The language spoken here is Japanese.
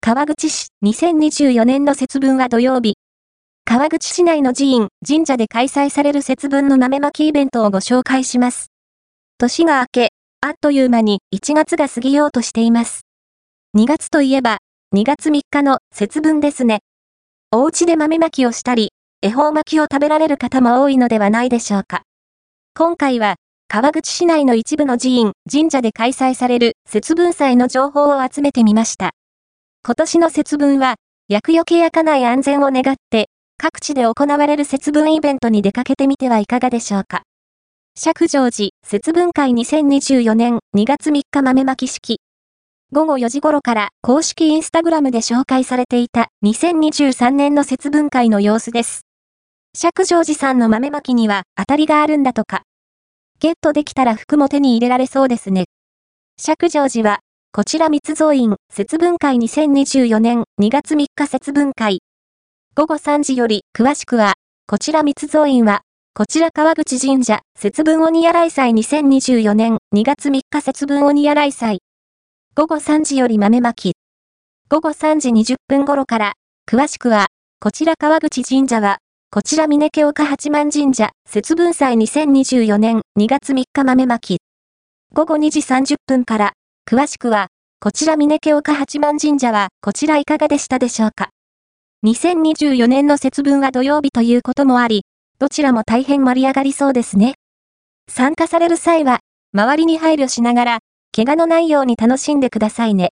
川口市2024年の節分は土曜日。川口市内の寺院、神社で開催される節分の豆まきイベントをご紹介します。年が明け、あっという間に1月が過ぎようとしています。2月といえば、2月3日の節分ですね。お家で豆まきをしたり、恵方巻きを食べられる方も多いのではないでしょうか。今回は、川口市内の一部の寺院、神社で開催される節分祭の情報を集めてみました。今年の節分は、厄除けや家内安全を願って、各地で行われる節分イベントに出かけてみてはいかがでしょうか。釈成寺節分会2024年2月3日豆まき式。午後4時頃から公式インスタグラムで紹介されていた2023年の節分会の様子です。釈成寺さんの豆まきには当たりがあるんだとか。ゲットできたら服も手に入れられそうですね。釈成寺は、こちら密造院節分会2024年2月3日節分会。午後3時より詳しくは、こちら密造院は、こちら川口神社節分鬼洗祭2024年2月3日節分鬼洗祭。午後3時より豆まき。午後3時20分頃から、詳しくは、こちら川口神社は、こちら峰家岡八幡神社節分祭2024年2月3日豆まき。午後2時30分から、詳しくは、こちら峰家岡八幡神社は、こちらいかがでしたでしょうか。2024年の節分は土曜日ということもあり、どちらも大変盛り上がりそうですね。参加される際は、周りに配慮しながら、怪我のないように楽しんでくださいね。